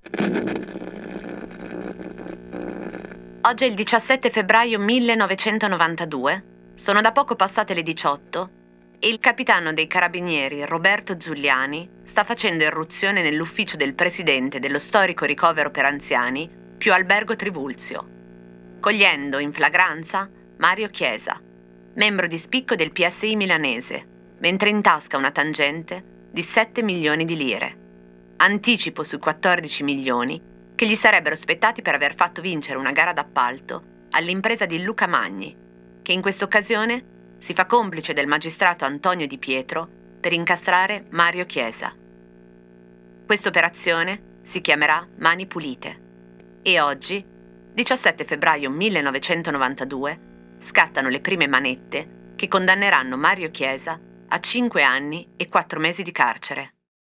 Oggi è il 17 febbraio 1992, sono da poco passate le 18 e il capitano dei carabinieri Roberto Giuliani sta facendo irruzione nell'ufficio del presidente dello storico ricovero per anziani Pio Albergo Trivulzio, cogliendo in flagranza Mario Chiesa, membro di spicco del PSI milanese, mentre in tasca una tangente di 7 milioni di lire, anticipo sui 14 milioni che gli sarebbero spettati per aver fatto vincere una gara d'appalto all'impresa di Luca Magni, che in questa occasione si fa complice del magistrato Antonio Di Pietro per incastrare Mario Chiesa. Questa operazione si chiamerà Mani Pulite e oggi, 17 febbraio 1992, scattano le prime manette che condanneranno Mario Chiesa a 5 anni e 4 mesi di carcere.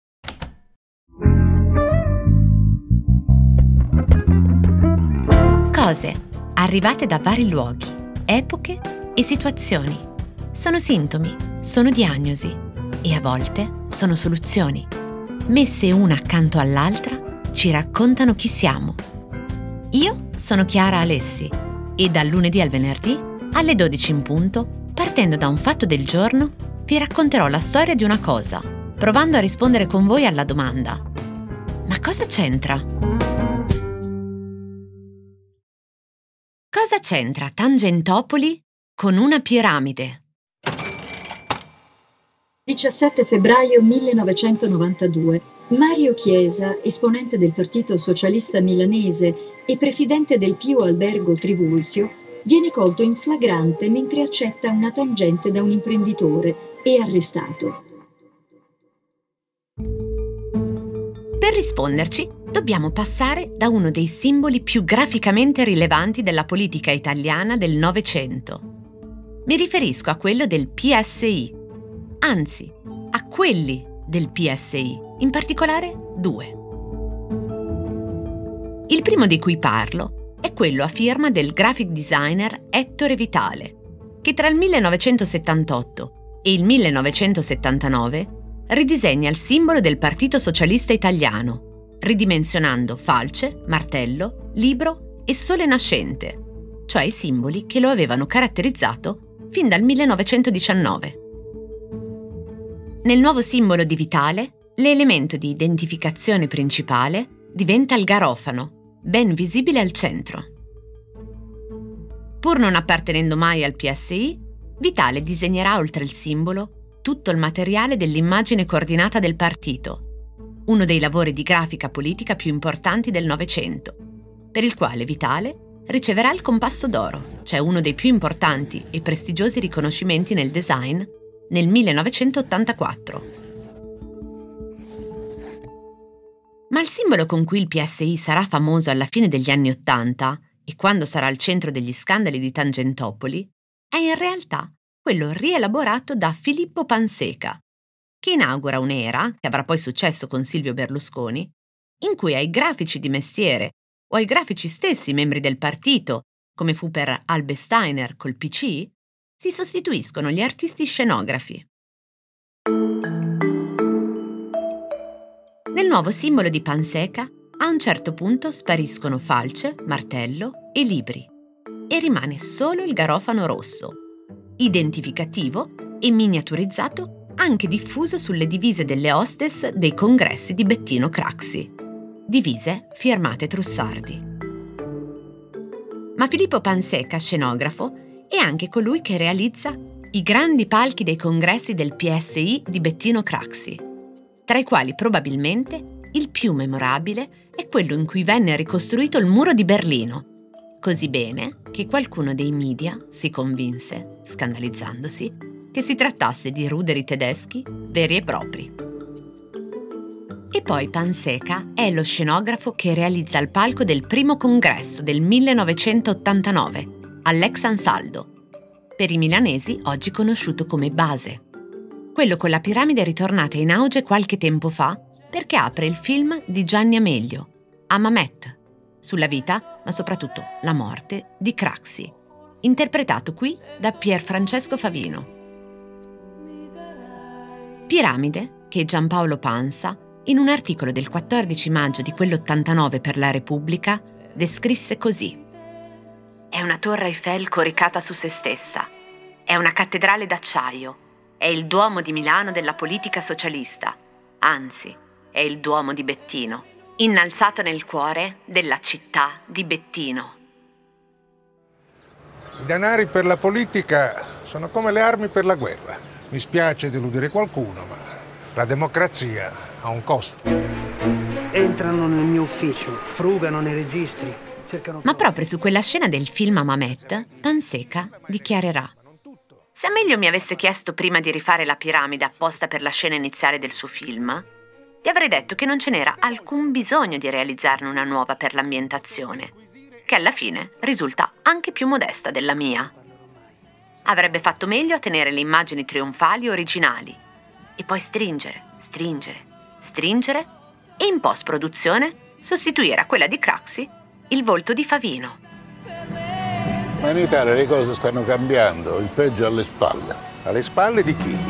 Cose arrivate da vari luoghi, epoche e situazioni. Sono sintomi, sono diagnosi e a volte sono soluzioni. Messe una accanto all'altra ci raccontano chi siamo. Io sono Chiara Alessi e dal lunedì al venerdì alle 12 in punto, partendo da un fatto del giorno, vi racconterò la storia di una cosa, provando a rispondere con voi alla domanda: ma cosa c'entra? Cosa c'entra Tangentopoli con una piramide? 17 febbraio 1992. Mario Chiesa, esponente del Partito Socialista Milanese e presidente del Pio Albergo Trivulzio, viene colto in flagrante mentre accetta una tangente da un imprenditore e arrestato. Per risponderci, dobbiamo passare da uno dei simboli più graficamente rilevanti della politica italiana del Novecento. Mi riferisco a quello del PSI, anzi, a quelli del PSI, in particolare 2. Il primo di cui parlo è quello a firma del graphic designer Ettore Vitale, che tra il 1978 e il 1979 ridisegna il simbolo del Partito Socialista Italiano, ridimensionando falce, martello, libro e sole nascente, cioè i simboli che lo avevano caratterizzato fin dal 1919. Nel nuovo simbolo di Vitale, l'elemento di identificazione principale diventa il garofano, ben visibile al centro. Pur non appartenendo mai al PSI, Vitale disegnerà oltre il simbolo tutto il materiale dell'immagine coordinata del partito, uno dei lavori di grafica politica più importanti del Novecento, per il quale Vitale riceverà il Compasso d'Oro, cioè uno dei più importanti e prestigiosi riconoscimenti nel design, nel 1984. Ma il simbolo con cui il PSI sarà famoso alla fine degli anni '80 e quando sarà al centro degli scandali di Tangentopoli è in realtà quello rielaborato da Filippo Panseca, che inaugura un'era, che avrà poi successo con Silvio Berlusconi, in cui ai grafici di mestiere o ai grafici stessi membri del partito, come fu per Albe Steiner col PC, si sostituiscono gli artisti scenografi. Nel nuovo simbolo di Panseca, a un certo punto spariscono falce, martello e libri, e rimane solo il garofano rosso, identificativo e miniaturizzato anche diffuso sulle divise delle hostess dei congressi di Bettino Craxi, divise firmate Trussardi. Ma Filippo Panseca, scenografo, è anche colui che realizza i grandi palchi dei congressi del PSI di Bettino Craxi, tra i quali probabilmente il più memorabile è quello in cui venne ricostruito il muro di Berlino, così bene che qualcuno dei media si convinse, scandalizzandosi, che si trattasse di ruderi tedeschi veri e propri. E poi Panseca è lo scenografo che realizza il palco del primo congresso del 1989, all'ex Ansaldo, per i milanesi oggi conosciuto come Base. Quello con la piramide ritornata in auge qualche tempo fa perché apre il film di Gianni Amelio, Hammamet, sulla vita, ma soprattutto la morte, di Craxi, interpretato qui da Pierfrancesco Favino. Piramide, che Giampaolo Pansa in un articolo del 14 maggio di quell'89 per la Repubblica, descrisse così: «È una torre Eiffel coricata su se stessa. È una cattedrale d'acciaio. È il Duomo di Milano della politica socialista. Anzi, è il Duomo di Bettino, innalzato nel cuore della città di Bettino». I denari per la politica sono come le armi per la guerra. Mi spiace deludere qualcuno, ma la democrazia ha un costo. Entrano nel mio ufficio, frugano nei registri, cercano... Ma proprio su quella scena del film a Mamet, Panseca dichiarerà: Se Amelio mi avesse chiesto prima di rifare la piramide apposta per la scena iniziale del suo film, gli avrei detto che non ce n'era alcun bisogno di realizzarne una nuova per l'ambientazione, che alla fine risulta anche più modesta della mia. Avrebbe fatto meglio a tenere le immagini trionfali originali e poi stringere e in post-produzione sostituire a quella di Craxi il volto di Favino. Ma in Italia le cose stanno cambiando, il peggio alle spalle. Alle spalle di chi?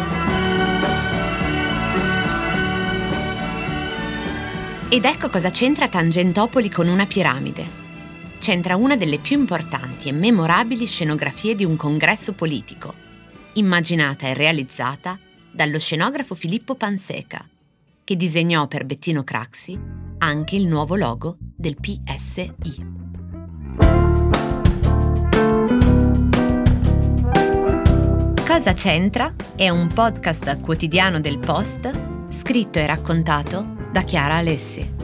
Ed ecco cosa c'entra Tangentopoli con una piramide. C'entra una delle più importanti e memorabili scenografie di un congresso politico, immaginata e realizzata dallo scenografo Filippo Panseca, che disegnò per Bettino Craxi anche il nuovo logo del PSI. Cosa c'entra? È un podcast quotidiano del Post, scritto e raccontato da Chiara Alessi.